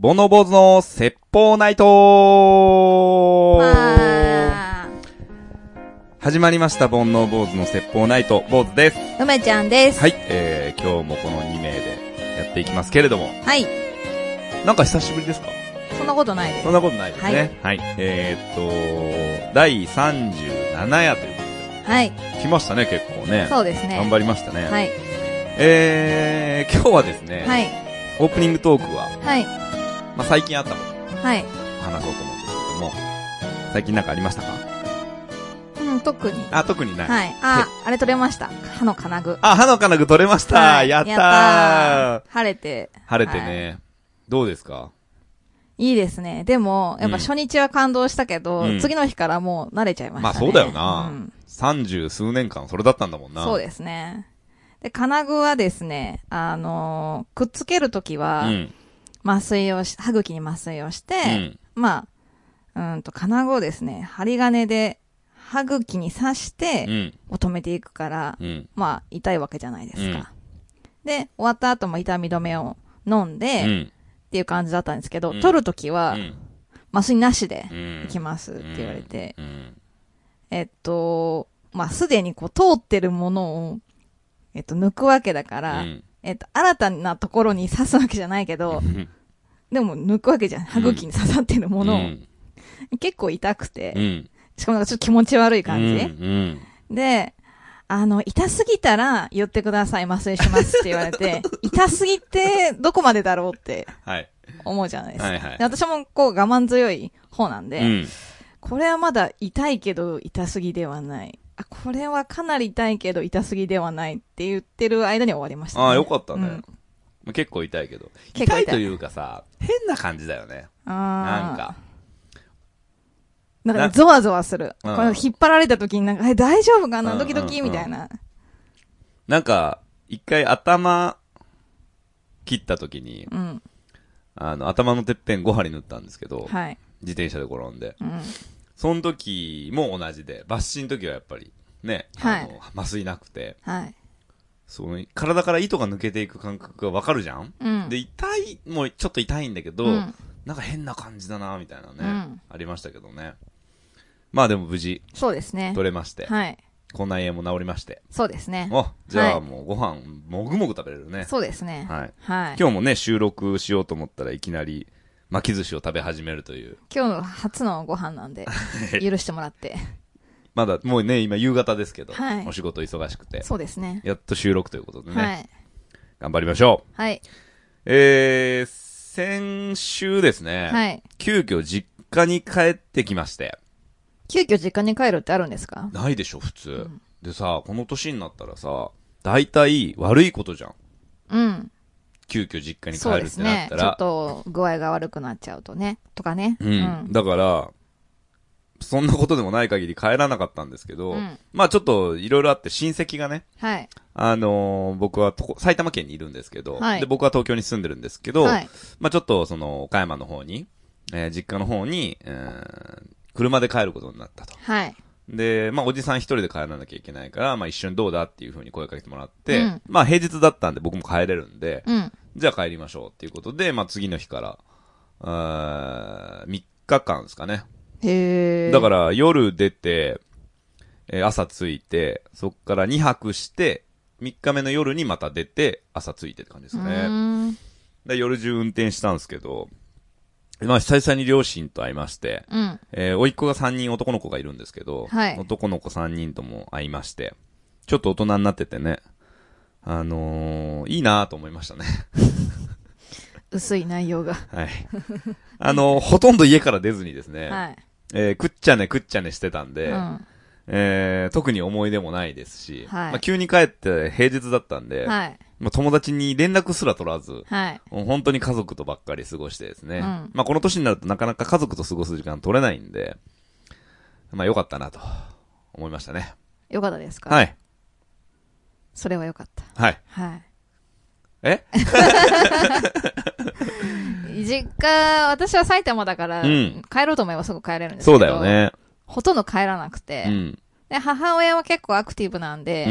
煩悩坊主の説法ナイト始まりました。煩悩坊主の説法ナイト、坊主です。 梅ちゃんです。 はい、今日もこの2名でやっていきますけれども。 はい。 なんか久しぶりですか？ そんなことないです。 そんなことないですね。はい。はい、第37夜ということで。はい。来ましたね、結構ね。 そうですね。 頑張りましたね。 はい。 今日はですね。 はい。 オープニングトークは。 はい。 まあ、最近あったこと。 はい。 話そうと思うんですけども。最近なんかありましたか？ 特に。 特にない。 はい。あれ取れました。歯の金具。 歯の金具取れました。はい、やったー。 晴れて。 晴れてね。はい、どうですか？ いいですね。でも、やっぱ初日は感動したけど、次の日からもう慣れちゃいましたね。 まあそうだよな。30数年間それだったんだもんな。 そうですね。で、金具はですね、くっつけるときは、麻酔を歯茎に麻酔をして、まあ、金具をですね、針金で歯茎に刺して、止めていくから、まあ、痛いわけじゃないですか。で、終わった後も痛み止めを飲んで、っていう感じだったんですけど、取るときは、麻酔なしで行きますって言われて、まあ、すでにこう通ってるものを、抜くわけだから、新たなところに刺すわけじゃないけど、でも抜くわけじゃん。歯茎に刺さってるものを。結構痛くて、しかもなんかちょっと気持ち悪い感じ。で、痛すぎたら言ってください、麻酔しますって言われて、痛すぎてどこまでだろうって思うじゃないですか。で私もこう我慢強い方なんで、これはまだ痛いけど痛すぎではない。これはかなり痛いけど痛すぎではないって言ってる間に終わりましたね。 よかったね。結構痛いけど。痛いというかさ、変な感じだよね。なんかゾワゾワする。これ引っ張られた時になんか、大丈夫かなドキドキみたいな。 なんか、一回頭切った時に、頭のてっぺん5針塗ったんですけど、自転車で転んで。その時も同じで、抜歯の時はやっぱりね、麻酔なくて、体から糸が抜けていく感覚がわかるじゃん、で、もうちょっと痛いんだけど、なんか変な感じだな、みたいなね、ありましたけどね。まあでも無事、 そうですね。 取れまして、口内炎も治りまして。 そうですね。 じゃあもうご飯、もぐもぐ食べれるね。 そうですね。 今日もね、収録しようと思ったらいきなり、巻き寿司を食べ始めるという。 今日の初のご飯なんで、許してもらって。 まだ、もうね、今夕方ですけど、お仕事忙しくて。 そうですね。 やっと収録ということでね。頑張りましょう。先週ですね、急遽実家に帰ってきまして。 急遽実家に帰るってあるんですか？ ないでしょ、普通。でさ、この年になったらさ、大体悪いことじゃん。急遽実家に帰るってなったら、 ちょっと具合が悪くなっちゃうとね、とかね。 だから、そんなことでもない限り帰らなかったんですけど、まあちょっといろいろあって親戚がね、僕は埼玉県にいるんですけど、で僕は東京に住んでるんですけど、まあちょっとその岡山の方に、実家の方に、車で帰ることになったと。で、まあおじさん一人で帰らなきゃいけないから、まあ一緒にどうだっていう風に声かけてもらって、まあ平日だったんで僕も帰れるんで、じゃあ帰りましょうっていうことで、まあ次の日から、3日間ですかね。だから夜出て、朝着いて、そっから2泊して、3日目の夜にまた出て、朝着いてって感じですね。で夜中運転したんですけど、まあ久々に両親と会いまして、甥っ子が3人男の子がいるんですけど、男の子3人とも会いまして、ちょっと大人になっててね、いいなぁと思いましたね。 薄い内容が。 ほとんど家から出ずにですね、くっちゃねしてたんで、特に思い出もないですし、まあ、急に帰って平日だったんで、まあ、友達に連絡すら取らず、もう本当に家族とばっかり過ごしてですね、まあこの年になるとなかなか家族と過ごす時間取れないんで、まあ良かったなと思いましたね。 良かったですか？それは良かった。実家、私は埼玉だから、帰ろうと思えばすぐ帰れるんですけど。そうだよね。ほとんど帰らなくて。で、母親は結構アクティブなんで、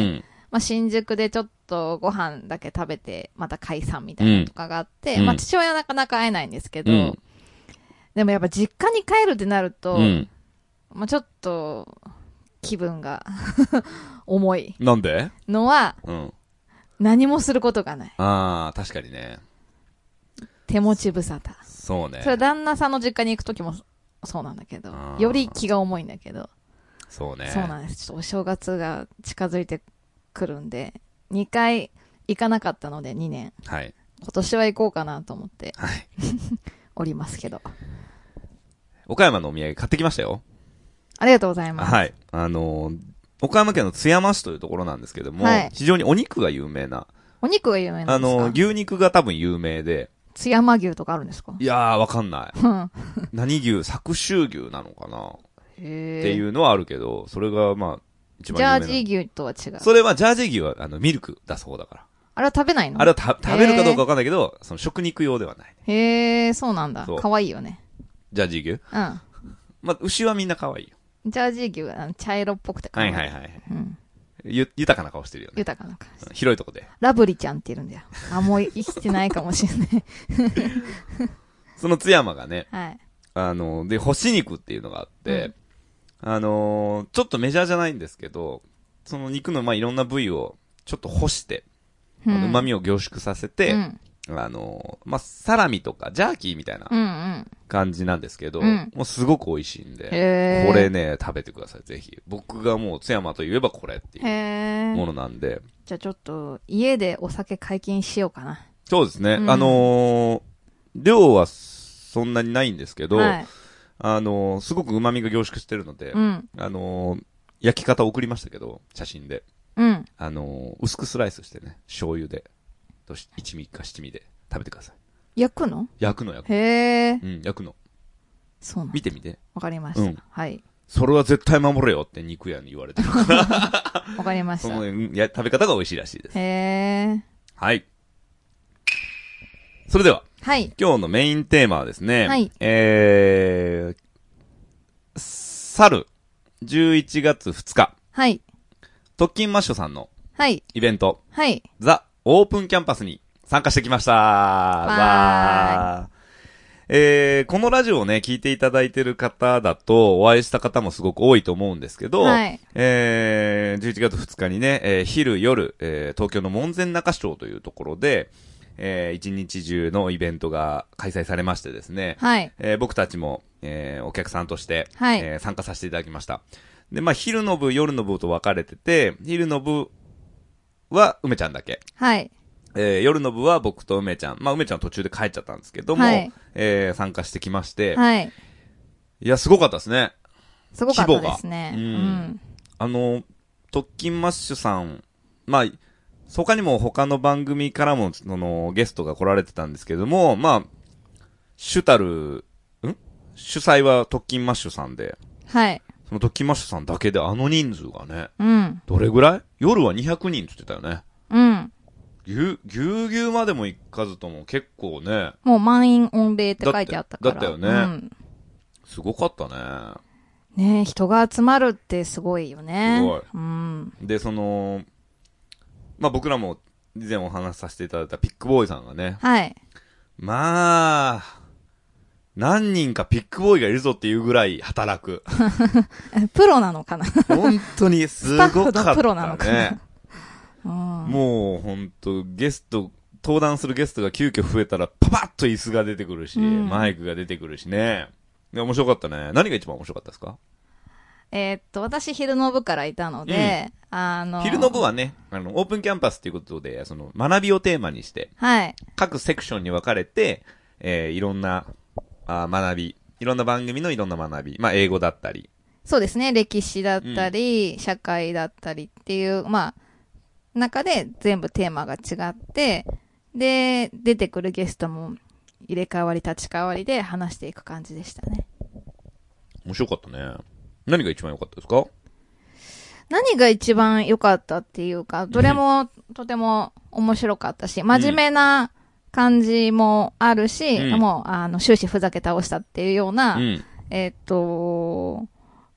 まあ、新宿でちょっとご飯だけ食べて、また解散みたいなのとかがあって、まあ、父親はなかなか会えないんですけど、でもやっぱ実家に帰るってなると、まあ、ちょっと、気分が重い。 なんでのは、何もすることがない。 ああ、確かにね。 手持ち無沙汰。 そうね。 それは旦那さんの実家に行くときもそうなんだけど、より気が重いんだけど。 そうね。 そうなんです。ちょっとお正月が近づいてくるんで、2回行かなかったので2年。 はい。 今年は行こうかなと思って。 はい。 おりますけど。 岡山のお土産買ってきましたよ。 ありがとうございます。 はい。岡山県の津山市というところなんですけども、非常にお肉が有名な。 お肉が有名なんですか？ 牛肉が多分有名で。 津山牛とかあるんですか？ いやー、わかんない。何牛？搾州牛なのかなっていうのはあるけど、それがまあ、一番有名な。 ジャージー牛とは違う。 それは、ジャージー牛は、ミルクだそうだから。 あれは食べないの？ あれは食べるかどうかわかんないけど、その食肉用ではない、 ね。へー、そうなんだ。かわいいよね。 ジャージー牛？まあ、牛はみんな可愛いよ。 ジャージー牛は茶色っぽくて可愛い。 はい。豊かな顔してるよね。 豊かな顔してる。 広いとこで。 ラブリちゃんっているんだよ。あ、もう生きてないかもしれない。 その津山がね、 はい。 で、干し肉っていうのがあって、ちょっとメジャーじゃないんですけど、その肉のまあいろんな部位をちょっと干して、旨味を凝縮させて、まあ、サラミとかジャーキーみたいな感じなんですけど、もうすごく美味しいんで、これね、食べてください、ぜひ。僕がもう津山といえばこれっていうものなんで。 じゃあちょっと、家でお酒解禁しようかな。 そうですね。量はそんなにないんですけど、すごく旨味が凝縮してるので、焼き方送りましたけど、写真で。薄くスライスしてね、醤油で。一味か七味で食べてください。 焼くの？ 焼くの。 へー。焼くの。 そうなん。 見てみて。 わかりました。はい。 それは絶対守れよって肉屋に言われてるから。 わかりました。 その食べ方が美味しいらしいです。 へー。 はい。それでは。 はい。 今日のメインテーマはですね。 はい。 去る11月2日。 はい。 特勤マッシュさんの。 はい。 イベント。 はい。 ザ・オープンキャンパスに参加してきました。わー。このラジオをね、聞いていただいている方だと、お会いした方もすごく多いと思うんですけど、 はい。 11月2日にね、昼夜、東京の門前仲町というところで、一日中のイベントが開催されましてですね、 はい。 僕たちも、お客さんとして、 はい。 参加させていただきました。で、まあ、昼の部、夜の部と分かれてて、昼の部は梅ちゃんだけ。 はい。 夜の部は僕と梅ちゃん。まあ、梅ちゃんは途中で帰っちゃったんですけども、はい、参加してきまして。 はい。 いや、すごかったですね。 すごかったですね。 特勤マッシュさん、まあ、他にも他の番組からも、ゲストが来られてたんですけども、まあ、主催は特勤マッシュさんで。 はい。 その特勤マッシュさんだけで人数がね。 うん。 どれぐらい？夜は200人って言ってたよね。 うん。 ぎゅうぎゅうまでも行かずとも結構ね。 もう満員御礼って書いてあったから。 だったよね。うん。すごかったね。 ねえ、人が集まるってすごいよね。 すごい。 うん。 で、まあ、僕らも以前お話しさせていただいたピックボーイさんがね。 はい。 まあ、何人かピックボーイがいるぞっていうぐらい働く。 プロなのかな本当にすごかったね。スタッフのプロなのかなもう本当登壇するゲストが急遽増えたらパパッと椅子が出てくるし、マイクが出てくるしね。面白かったね。何が一番面白かったですか？ 私昼の部からいたので、 昼の部はね、オープンキャンパスっていうことで、学びをテーマにして、 はい。 各セクションに分かれて、いろんな、学び、いろんな番組のいろんな学び、まあ、英語だったり。 そうですね、歴史だったり、社会だったりっていう、まあ、中で全部テーマが違って、で、出てくるゲストも入れ替わり立ち替わりで話していく感じでしたね。 面白かったね。何が一番良かったですか？ 何が一番良かったっていうか、どれもとても面白かったし、真面目な感じもあるし、もう、終始ふざけ倒したっていうような、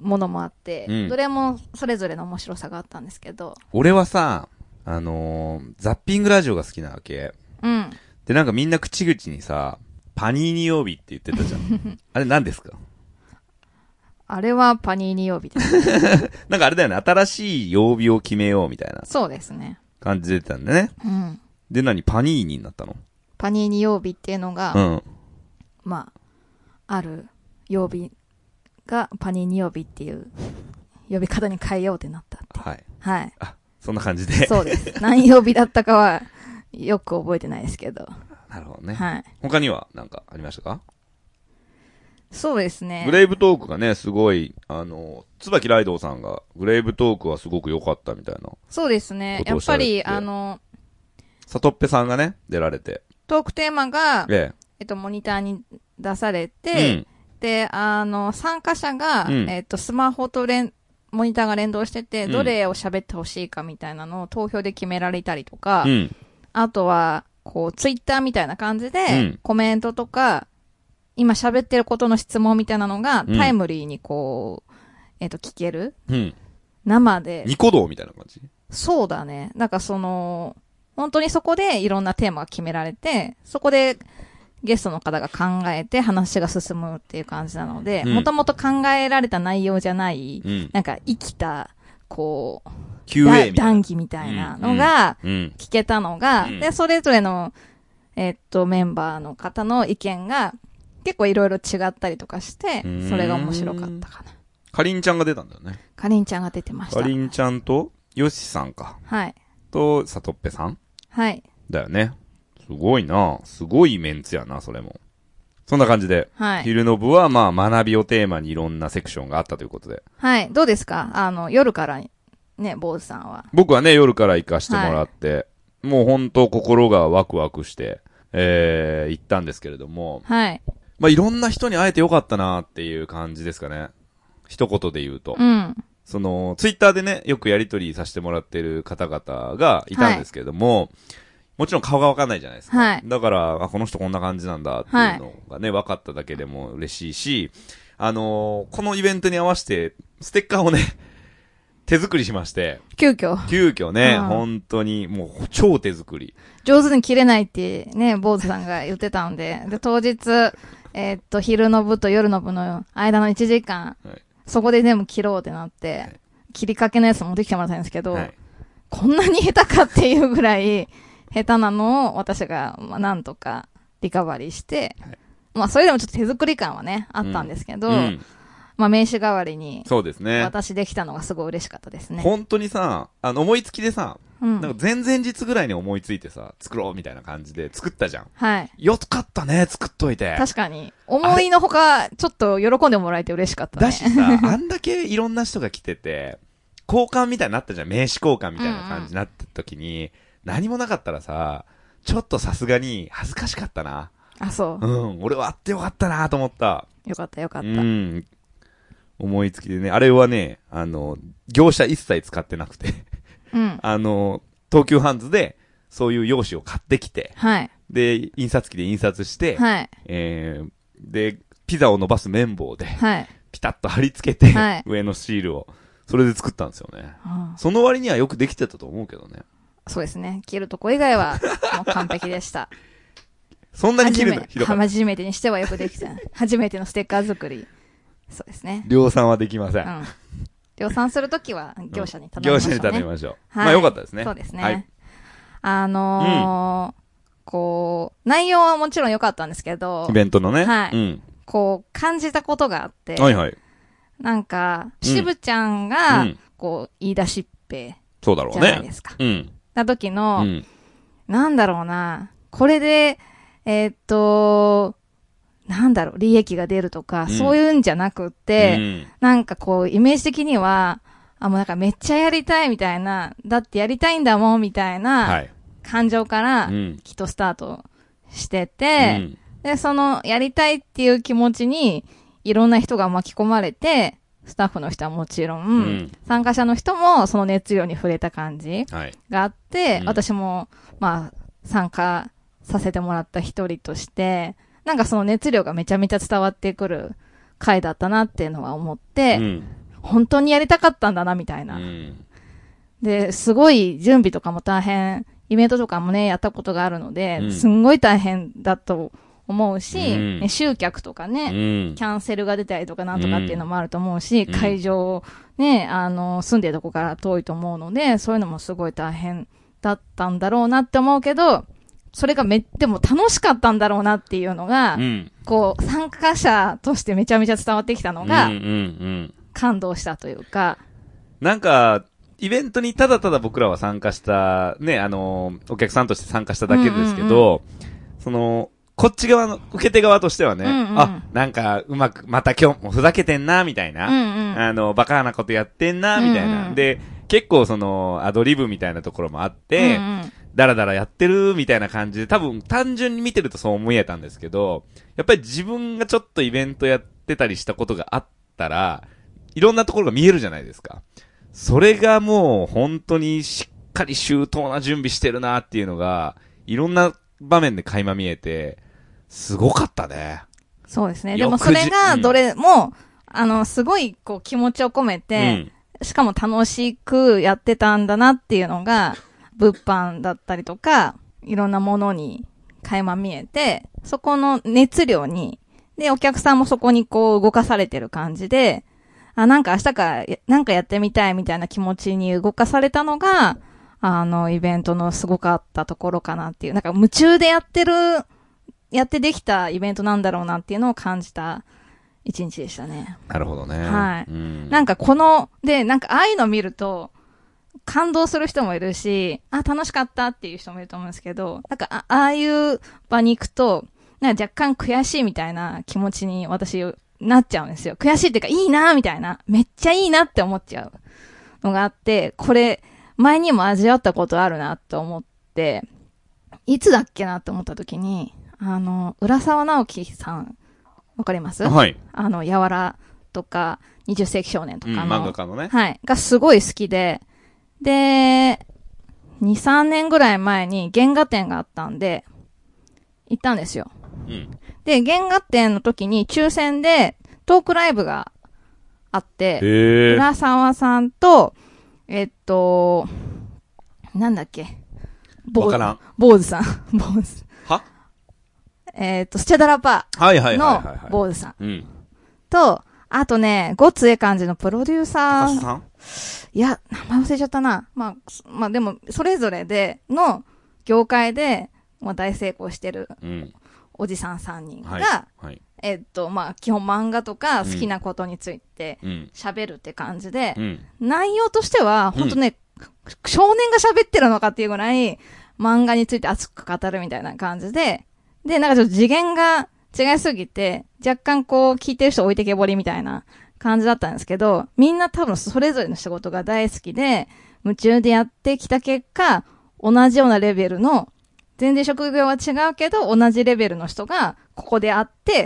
ものもあって、どれもそれぞれの面白さがあったんですけど。 俺はさ、ザッピングラジオが好きなわけ。で、なんかみんな口々にさ、パニーニ曜日って言ってたじゃん。あれ何ですか？ あれはパニーニ曜日です。 なんかあれだよね、新しい曜日を決めようみたいな。 そうですね。 感じで出てたんだね。で、パニーニになったの？ パニーニ曜日っていうのが、まあ、ある曜日がパニーニ曜日っていう呼び方に変えようってなったって。はい。はい。 あ、そんな感じで。 そうです。何曜日だったかはよく覚えてないですけど。 なるほどね。 はい。 他には何かありましたか？ そうですね。 グレイブトークがね、すごい、椿ライドウさんが、グレイブトークはすごく良かったみたいな。 そうですね。やっぱり、 サトッペさんがね、出られて。 トークテーマが、モニターに出されて、で、参加者が、スマホとモニターが連動してて、どれを喋ってほしいかみたいなのを投票で決められたりとか、あとは、こう、ツイッターみたいな感じで、コメントとか、今喋ってることの質問みたいなのが、タイムリーにこう、聞ける。生で。 ニコ動みたいな感じ？ そうだね。なんか本当にそこでいろんなテーマが決められて、そこでゲストの方が考えて話が進むっていう感じなので、もともと考えられた内容じゃない、なんか生きた、こう、 QA みたいな。 談義みたいなのが、聞けたのが、で、それぞれの、メンバーの方の意見が、結構いろいろ違ったりとかして、それが面白かったかな。 かりんちゃんが出たんだよね。 かりんちゃんが出てました。 かりんちゃんと、よしさんか。 はい。 と、さとっぺさん？ はい。 だよね。すごいな。すごいメンツやな、それも。そんな感じで。はい。昼の部は、まあ、学びをテーマにいろんなセクションがあったということで。 はい。どうですか？夜から、ね、坊主さんは。 僕はね、夜から行かしてもらって、はい、もう本当心がワクワクして、行ったんですけれども。 はい。 まあ、いろんな人に会えてよかったなっていう感じですかね。一言で言うと。ツイッターでね、よくやりとりさせてもらってる方々がいたんですけれども、もちろん顔がわかんないじゃないですか。はい。だから、この人こんな感じなんだっていうのがね、分かっただけでも嬉しいし、このイベントに合わせて、ステッカーをね、手作りしまして。 急遽ね、本当に、もう超手作り。 上手に切れないってね、坊主さんが言ってたんで、で、当日、昼の部と夜の部の間の1時間、はい、そこで全部切ろうってなって、はい、切りかけのやつ持ってきてもらったんですけど、はい、こんなに下手かっていうぐらい、下手なのを私が、まあ、なんとかリカバリーして、はい、まあ、それでもちょっと手作り感はね、あったんですけど、まあ、名刺代わりに、 そうですね。 私できたのがすごい嬉しかったですね。 本当にさ、思いつきでさ、なんか前々日ぐらいに思いついてさ、作ろうみたいな感じで作ったじゃん。はい。よかったね、作っといて。 確かに。思いのほか、ちょっと喜んでもらえて嬉しかったね。 だしさ、あんだけいろんな人が来てて、交換みたいになったじゃん。名刺交換みたいな感じになった時に、何もなかったらさ、ちょっとさすがに恥ずかしかったな。 あ、そう。 俺はあってよかったなと思った。 よかった。 思いつきでね、あれはね、業者一切使ってなくて東急ハンズで、そういう用紙を買ってきて、はい。で、印刷機で印刷して、はい。で、ピザを伸ばす綿棒で、はい。ピタッと貼り付けて、はい。上のシールを、それで作ったんですよね。その割にはよくできてたと思うけどね。 そうですね。切るとこ以外は、もう完璧でした。 そんなに切るのひどかった。 初めてにしてはよくできた。初めてのステッカー作り。そうですね。 量産はできません。 量産するときは業者に頼みましょう、ね。 業者に頼みましょう。はい、まあよかったですね。 そうですね。はい。こう、内容はもちろん良かったんですけど。 イベントのね。 はい。こう、感じたことがあって。 はいはい。 なんか、渋ちゃんが、こう、言い出しっぺ。 そうだろうね。 じゃないですか。な時の、なんだろうな。これで、なんだろう、利益が出るとか、そういうんじゃなくって、なんかこう、イメージ的には、もうなんかめっちゃやりたいみたいな、だってやりたいんだもんみたいな、感情から、きっとスタートしてて、で、その、やりたいっていう気持ちに、いろんな人が巻き込まれて、スタッフの人はもちろん、参加者の人もその熱量に触れた感じがあって、私も、まあ、参加させてもらった一人として、なんかその熱量がめちゃめちゃ伝わってくる回だったなっていうのは思って、 本当にやりたかったんだな、みたいな。で、すごい準備とかも大変、イベントとかもね、やったことがあるので、すんごい大変だと思うし、集客とかね、キャンセルが出たりとかなんとかっていうのもあると思うし、会場、ね、住んでるとこから遠いと思うので、そういうのもすごい大変だったんだろうなって思うけど、それがでも楽しかったんだろうなっていうのが、こう、参加者としてめちゃめちゃ伝わってきたのが、感動したというか。 なんか、イベントにただただ僕らは参加した、ね、お客さんとして参加しただけですけど、こっち側の、受け手側としてはね、なんか、うまく、また今日もふざけてんな、みたいな、バカなことやってんな、みたいな。で、結構アドリブみたいなところもあって、だらだらやってる、みたいな感じで、多分単純に見てるとそう思えたんですけど、やっぱり自分がちょっとイベントやってたりしたことがあったら、いろんなところが見えるじゃないですか。それがもう本当にしっかり周到な準備してるなっていうのが、いろんな場面で垣間見えて、すごかったね。 そうですね。でもそれがどれも、すごいこう気持ちを込めて、しかも楽しくやってたんだなっていうのが、物販だったりとか、いろんなものに垣間見えて、そこの熱量に、で、お客さんもそこにこう動かされてる感じで、なんか明日からなんかやってみたいみたいな気持ちに動かされたのが、イベントのすごかったところかなっていう、なんか夢中でやってできたイベントなんだろうなっていうのを感じた一日でしたね。 なるほどね。 はい。なんかなんかああいうの見ると、感動する人もいるし、楽しかったっていう人もいると思うんですけど、なんかああいう場に行くと、なんか若干悔しいみたいな気持ちに私なっちゃうんですよ。悔しいっていうか、いいなみたいな。めっちゃいいなって思っちゃうのがあって、これ、前にも味わったことあるなと思って、いつだっけなって思った時に、浦沢直樹さん、わかります？ はい。 やわらとか、20世紀少年とかの、 漫画家のね。 はい。がすごい好きで、で、2、3年ぐらい前に原画展があったんで、行ったんですよ。で、原画展の時に抽選でトークライブがあって、浦沢さんと、なんだっけ。 わからん。 坊主さん。坊主。 はスチャダラパーの坊主さん。と、あとね、ごつえ感じのプロデューサー。 高須さん？ いや、名前忘れちゃったな。まあでも、それぞれの業界で、大成功してる、おじさん3人が、基本漫画とか好きなことについて喋るって感じで、内容としては、ほんとね、少年が喋ってるのかっていうぐらい、漫画について熱く語るみたいな感じで、で、なんかちょっと次元が違いすぎて、若干こう、聞いてる人置いてけぼりみたいな感じだったんですけど、みんな多分それぞれの仕事が大好きで、夢中でやってきた結果、同じようなレベルの、全然職業は違うけど、同じレベルの人が、ここで会って、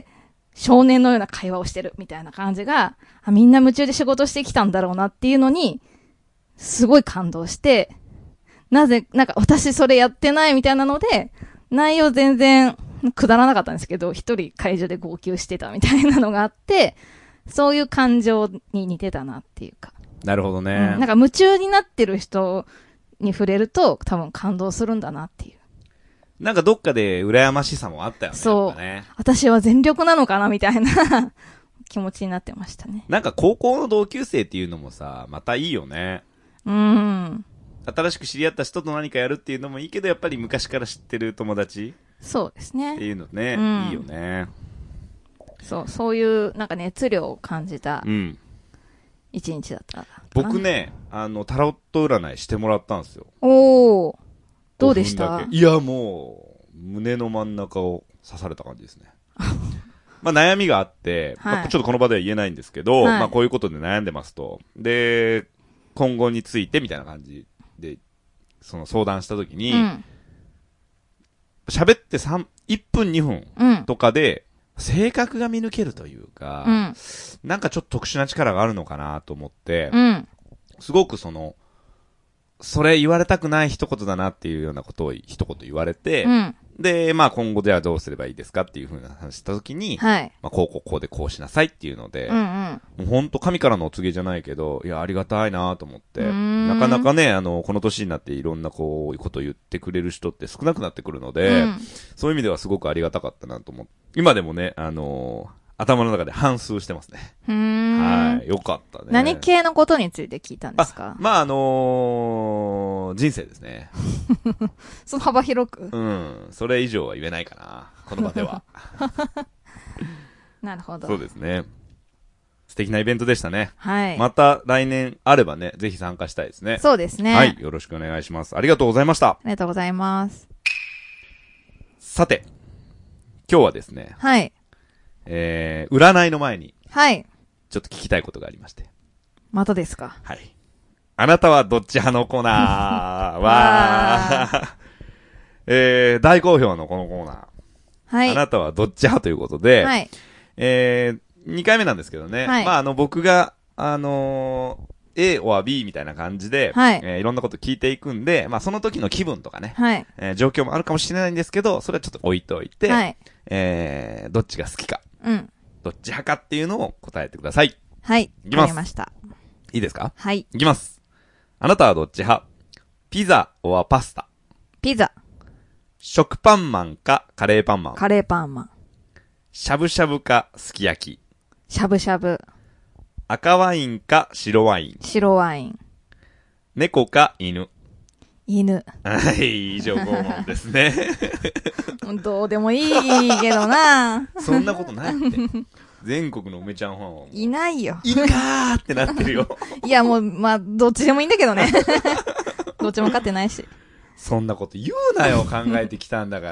少年のような会話をしてるみたいな感じが、みんな夢中で仕事してきたんだろうなっていうのに、すごい感動して、なんか私それやってないみたいなので、内容全然くだらなかったんですけど、一人会場で号泣してたみたいなのがあって、そういう感情に似てたなっていうか。 なるほどね。 なんか夢中になってる人に触れると多分感動するんだなっていう。 なんかどっかで羨ましさもあったよね。 そう。 ね、 私は全力なのかなみたいな気持ちになってましたね。 なんか高校の同級生っていうのもさ、またいいよね。新しく知り合った人と何かやるっていうのもいいけど、やっぱり昔から知ってる友達そうですね。 っていうのね、いいよね。 そういうなんか熱量を感じた一日だった、 僕ね、タロット占いしてもらったんですよ。 おー。どうでした？ いや、もう、胸の真ん中を刺された感じですね。まあ悩みがあって、ちょっとこの場では言えないんですけど、まあこういうことで悩んでますと。で、今後についてみたいな感じで、その相談したときに、喋って1分2分とかで、性格が見抜けるというか、なんかちょっと特殊な力があるのかなと思って、すごくそれ言われたくない一言だなっていうようなことを一言言われて、うん、で、まあ今後ではどうすればいいですかっていう風な話したときに、はい。まあこうでこうしなさいっていうので、うんうん、もうほんと神からのお告げじゃないけど、いや、ありがたいなと思って、なかなかね、この年になっていろんなこういうことを言ってくれる人って少なくなってくるので、うん、そういう意味ではすごくありがたかったなと思って、今でもね、頭の中で反芻してますね。はい。よかったね。 何系のことについて聞いたんですか？ まあ、人生ですね。 その幅広く？ うん。それ以上は言えないかな。この場では。 なるほど。 そうですね。素敵なイベントでしたね。 はい。 また来年あればね、ぜひ参加したいですね。 そうですね。 はい。よろしくお願いします。ありがとうございました。 ありがとうございます。 さて、今日はですね。 はい。 占いの前に。 はい。 ちょっと聞きたいことがありまして。 またですか？ はい。あなたはどっち派のコーナーは大好評のこのコーナー。はい。あなたはどっち派ということで、はい。2回目なんですけどね。はい。まあ、僕が、A or B みたいな感じで、はい。いろんなこと聞いていくんで、まあ、その時の気分とかね。はい。状況もあるかもしれないんですけど、それはちょっと置いといて、はい。どっちが好きか。うん。どっち派かっていうのを答えてください。 はい。 いきます。わかりました。 いいですか？ はい。 いきます。あなたはどっち派？ピザorパスタ？ ピザ。 食パンマンかカレーパンマン？ カレーパンマン。 しゃぶしゃぶかすき焼き？しゃぶしゃぶ。 赤ワインか白ワイン？ 白ワイン。 猫か犬？ 犬。 はい、情報問ですね。 どうでもいいけどな。 そんなことないって。全国の梅ちゃんファンはいないよ。 いるかーってなってるよ。 いやもう、まあ、どっちでもいいんだけどね。どっちも勝ってないし。 そんなこと言うなよ、考えてきたんだから。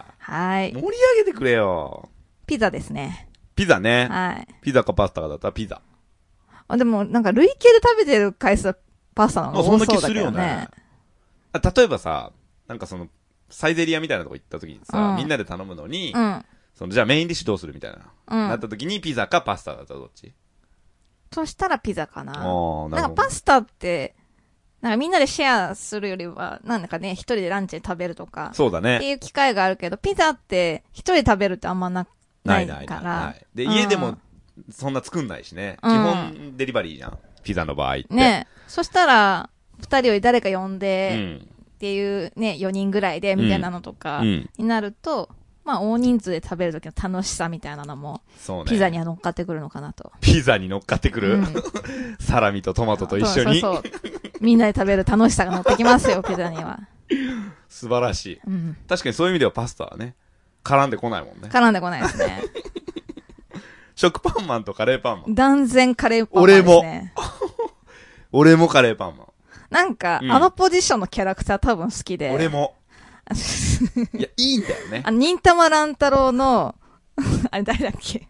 はい。 盛り上げてくれよ。 ピザですね。 ピザね。 はい。 ピザかパスタかだったらピザ。 あ、でもなんか累計で食べてる回数はパスタの方が多そうだけどね。そんな気するよね。 例えばさ、なんかその、サイゼリアみたいなとこ行った時にさ、みんなで頼むのに、じゃあメインディッシュどうするみたいな。なった時にピザかパスタだったらどっち？ そしたらピザかな。なんかパスタって、なんかみんなでシェアするよりは、なんだかね、一人でランチで食べるとか。 そうだね。 っていう機会があるけど、ピザって一人で食べるってあんまないから。 で、家でもそんな作んないしね。基本デリバリーじゃん。ピザの場合って。 ね。そしたら、二人より誰か呼んで、っていうね、4人ぐらいで、みたいなのとか、になると、まあ、大人数で食べるときの楽しさみたいなのも、ピザには乗っかってくるのかなと。 ピザに乗っかってくる、サラミとトマトと一緒に。 そう。みんなで食べる楽しさが乗ってきますよ、ピザには。 素晴らしい。確かにそういう意味ではパスタはね、絡んでこないもんね。 絡んでこないですね。 食パンマンとカレーパンマン。 断然カレーパンマンですね。 俺もカレーパンマン。 なんか、あのポジションのキャラクター多分好きで。 俺も。いや、いいんだよね。 忍たま乱太郎の、あれ誰だっけ？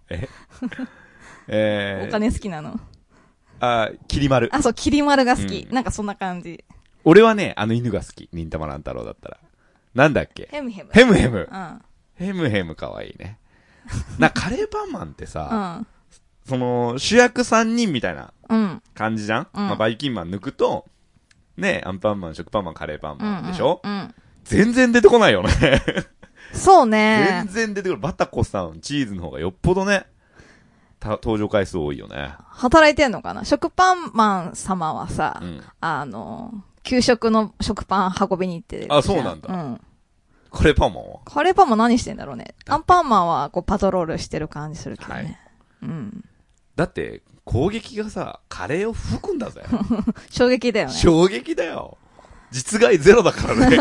お金好きなの。 きり丸。 そう、きり丸が好き。なんかそんな感じ。 俺はね、犬が好き。忍たま乱太郎だったら。なんだっけ？ ヘムヘム。 ヘムヘム。ヘムヘムかわいいね。カレーパンマンってさ、その、主役3人みたいな感じじゃん？まあ、バイキンマン抜くと、ね、アンパンマン、食パンマン、カレーパンマンでしょ？全然出てこないよね。 そうね。 全然出てくる。バタコさん、チーズの方がよっぽどね、登場回数多いよね。 働いてんのかな？食パンマン様はさ、給食の食パン運びに行ってる。 そうなんだ。カレーパンマンは？ カレーパンマン何してんだろうね。アンパンマンはこうパトロールしてる感じするけどね。 だって、攻撃がさ、カレーを吹くんだぜ。 衝撃だよね。 衝撃だよ。実害ゼロだからね。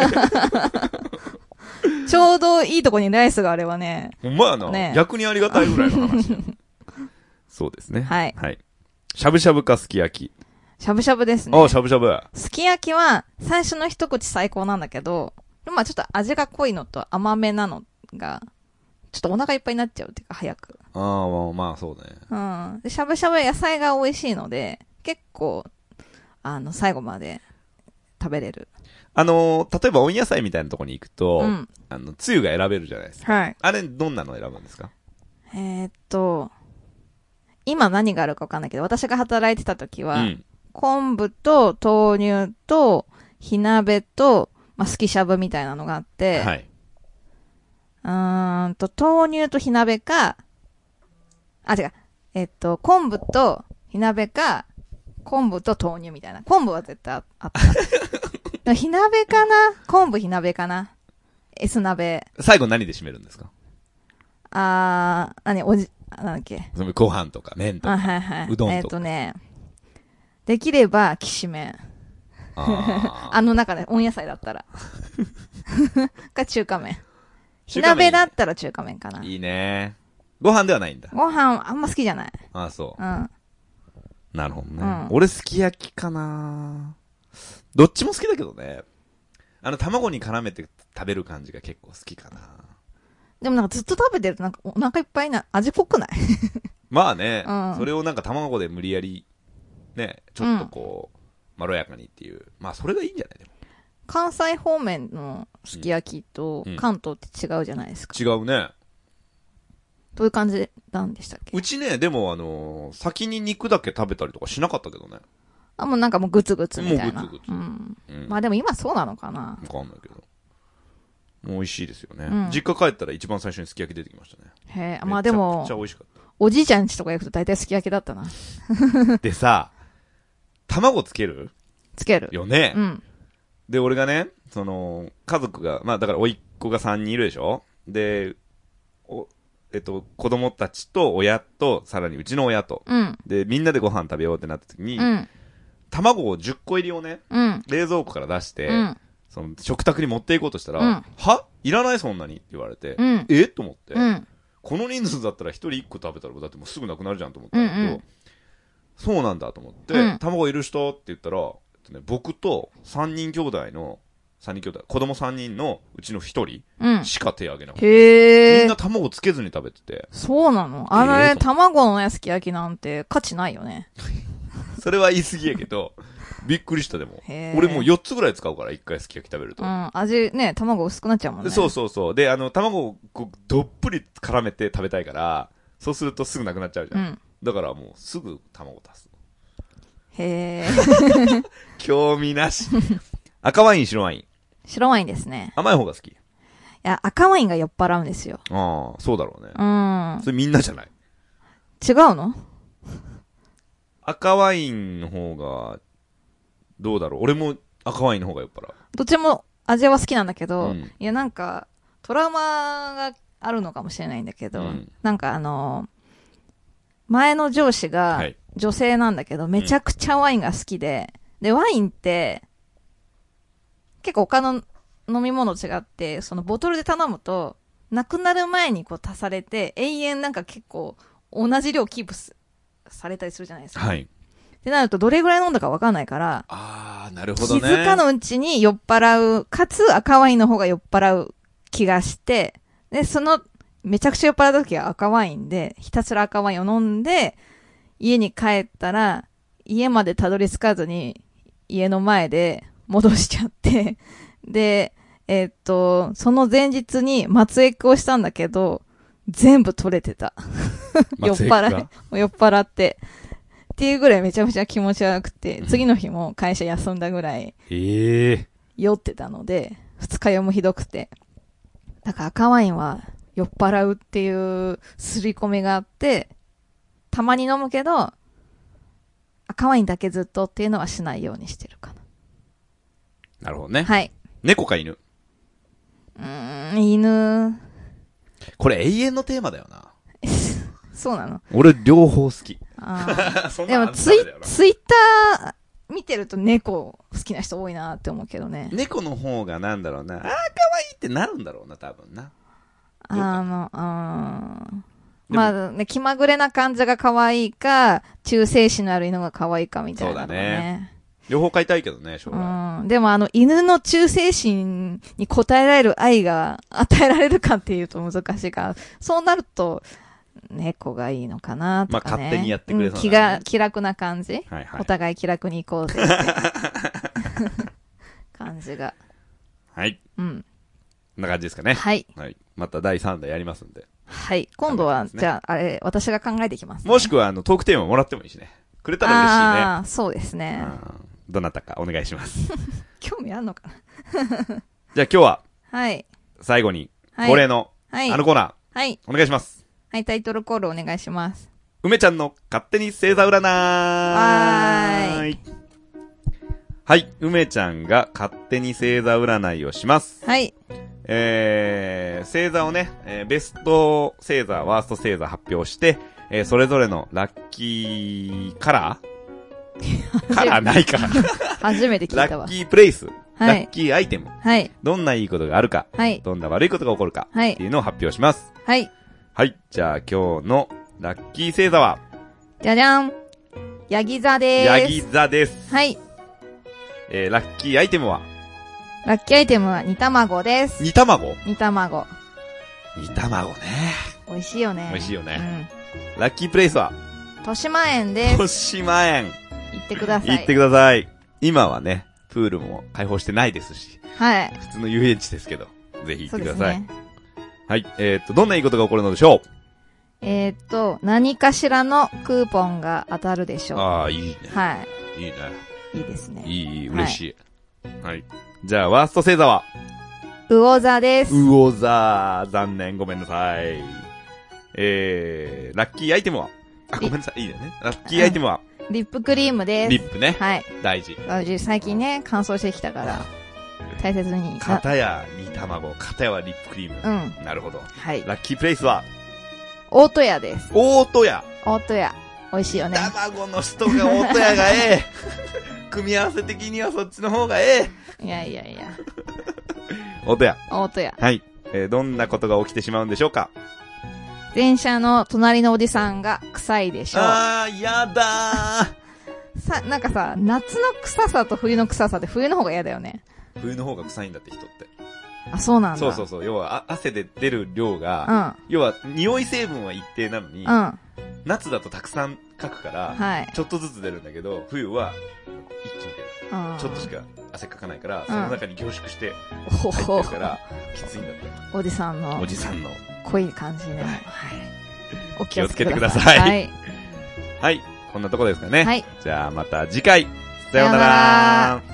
ちょうどいいとこにライスがあればね。 ほんまやな。逆にありがたいぐらいの話。そうですね。 はい。 しゃぶしゃぶかすき焼き？ しゃぶしゃぶですね。 しゃぶしゃぶ。 すき焼きは、最初の一口最高なんだけど、まあちょっと味が濃いのと甘めなのが、ちょっとお腹いっぱいになっちゃうっていうか、早く。 まあそうね。で、しゃぶしゃぶは野菜が美味しいので、結構、最後まで食べれる。 例えば温野菜みたいなところに行くと、つゆが選べるじゃないですか。 はい。 あれ、どんなの選ぶんですか？ 今何があるかわかんないけど、私が働いてた時は、昆布と豆乳と、 火鍋と、まあ、すきしゃぶみたいなのがあって、 はい。 豆乳と火鍋か、違う。昆布と火鍋か、昆布と豆乳みたいな。昆布は絶対あった。火鍋かな？昆布火鍋かな？ S 鍋。 最後何で締めるんですか？ なんだっけ。 ご飯とか麺とか。 はいはい。 うどんとか。 できれば、きしめん。中で、温野菜だったら。か、中華麺。火鍋だったら中華麺かな。 いいね。ご飯ではないんだ。 ご飯あんま好きじゃない。 そう。 うん。 なるほどね。俺すき焼きかな。どっちも好きだけどね。卵に絡めて食べる感じが結構好きかな。 でもなんかずっと食べてるとなんかお腹いっぱいな、味濃くない？ まあね、それをなんか卵で無理やり、ね、ちょっとこう、まろやかにっていう。まあそれがいいんじゃないでも。 関西方面のすき焼きと関東って違うじゃないですか。 違うね。 どういう感じなんでしたっけ？ うちね、でも先に肉だけ食べたりとかしなかったけどね。 もうなんかもうグツグツみたいな。 もうグツグツ。 まあでも今そうなのかな。 わかんないけど。もう美味しいですよね。実家帰ったら一番最初にすき焼き出てきましたね。 へえ、まあでも、 めちゃくちゃ美味しかった。 おじいちゃん家とか行くと大体すき焼きだったな。 でさ、卵つける？ つける。 よね。 うん。 で、俺がね、家族が、まあだから甥っ子が3人いるでしょ？で、子供たちと親と、さらにうちの親と、で、みんなでご飯食べようってなった時に、卵を10個入りをね、冷蔵庫から出して、食卓に持っていこうとしたら、はいらないそんなにって言われて、と思って、この人数だったら1人1個食べたら、だってもうすぐなくなるじゃんと思ったんだけど、そうなんだと思って、卵いる人って言ったら、僕と3人兄弟、子供3人のうちの1人しか手挙げなかった。みんな卵つけずに食べてて。 そうなの？卵のすき焼きなんて価値ないよね。 それは言い過ぎやけど、びっくりしたでも。俺もう4つぐらい使うから、1回すき焼き食べると。 味ね、卵薄くなっちゃうもんね。 そうそうそう。で、卵をどっぷり絡めて食べたいから、そうするとすぐなくなっちゃうじゃん。だからもうすぐ卵足す。 へー。興味なし。赤ワイン、白ワイン。 白ワインですね。 甘い方が好き。いや、赤ワインが酔っ払うんですよ。 ああ、そうだろうね。それみんなじゃない？ 違うの？ 赤ワインの方が、どうだろう？俺も赤ワインの方が酔っ払う。 どっちも味は好きなんだけど、いやなんか、トラウマがあるのかもしれないんだけど、なんか前の上司が女性なんだけど、めちゃくちゃワインが好きで、で、ワインって、結構他の飲み物違って、そのボトルで頼むと、なくなる前にこう足されて、永遠なんか結構同じ量キープされたりするじゃないですか。はい。ってなると、どれぐらい飲んだかわかんないから、 なるほどね。 気づかのうちに酔っ払う、かつ赤ワインの方が酔っ払う気がして、で、めちゃくちゃ酔っ払った時は赤ワインで、ひたすら赤ワインを飲んで、家に帰ったら、家までたどり着かずに、家の前で戻しちゃって、で、その前日に松エクをしたんだけど、全部取れてた。酔っ払って。っていうぐらいめちゃくちゃ気持ち悪くて、次の日も会社休んだぐらい、酔ってたので、二日酔いもひどくて。だから赤ワインは酔っ払うっていう刷り込みがあって、たまに飲むけど、赤ワインだけずっとっていうのはしないようにしてるかな。 なるほどね。 はい。 猫か犬？ 犬。 これ永遠のテーマだよな。 そうなの？ 俺両方好き。 でもツイッター見てると猫好きな人多いなって思うけどね。 猫の方がなんだろうな。可愛いってなるんだろうな、多分な。 まあね、気まぐれな感じが可愛いか、忠誠心のある犬が可愛いかみたいなのね。そうだね。 両方飼いたいけどね、将来。 でも犬の忠誠心に応えられる愛が与えられるかっていうと難しいから、そうなると、猫がいいのかなとかね。 まあ勝手にやってくれそうだね。 気楽な感じ、はいはい、お互い気楽に行こうぜって感じが。 はい。 うん。 こんな感じですかね。 はい。 はい。また第3弾やりますんで。 はい。今度は、じゃあ、私が考えてきます、ね。 もしくは、トークテーマもらってもいいしね。くれたら嬉しいね。 そうですね。 どなたかお願いします。 興味あんのかなじゃあ今日は、 はい。 最後に、恒例の、はい、あのコーナー。 はい。 お願いします。 はい、タイトルコールお願いします。 梅ちゃんの勝手に星座占い。 はい。 はい、梅ちゃんが勝手に星座占いをします。 はい。 星座をね、ベスト星座、ワースト星座発表して、それぞれのラッキーカラーカラーないか。 初めて聞いたわ。 ラッキープレイス。 はい、 ラッキーアイテム。 はい。 どんないいことがあるか。 はい。 どんな悪いことが起こるか。はい。っていうのを発表します。 はい。 はい。じゃあ今日のラッキー星座はじゃじゃん。ヤギ座でーす。 ヤギ座です。 はい。 ラッキーアイテムはラッキーアイテムは煮卵です。 煮卵煮卵。 煮卵ね。 美味しいよね。 美味しいよね。うん。ラッキープレイスは豊島園です。 豊島園。 行ってください。 行ってください。今はね、プールも開放してないですし。 はい。 普通の遊園地ですけど、ぜひ行ってください。 そうですね。 はい。どんないいことが起こるのでしょう？何かしらのクーポンが当たるでしょう。 ああ、いいね。 はい。 いいね。 いいですね。 いい、嬉しい。はい。じゃあ、ワースト星座は魚座です。 魚座。残念。ごめんなさい。ラッキーアイテムはごめんなさい。いいよね。ラッキーアイテムはリップクリームです。 リップね。 はい。 大事。 最近ね、乾燥してきたから、大切に。 片や煮卵、片やはリップクリーム。うん。なるほど。 はい。 ラッキープレイスは大戸屋です。 大戸屋。 大戸屋。美味しいよね。 卵の人が大戸屋が組み合わせ的にはそっちの方がいや。 大戸屋。 大戸屋。 はい。どんなことが起きてしまうんでしょうか？ 電車の隣のおじさんが臭いでしょう。 あー、やだー。なんかさ、夏の臭さと冬の臭さで冬の方が嫌だよね。 冬の方が臭いんだって人って。 あ、そうなんだ。 そう。要は、汗で出る量が、要は、匂い成分は一定なのに、夏だとたくさんかくから、ちょっとずつ出るんだけど、冬は一気に出る。ちょっとしか汗かかないから、その中に凝縮して入ってるから、きついんだって。 おじさんの。濃い感じで。はい。お気をつけてください。はい。 はい。こんなとこですかね。 はい。 じゃあまた次回。さようなら。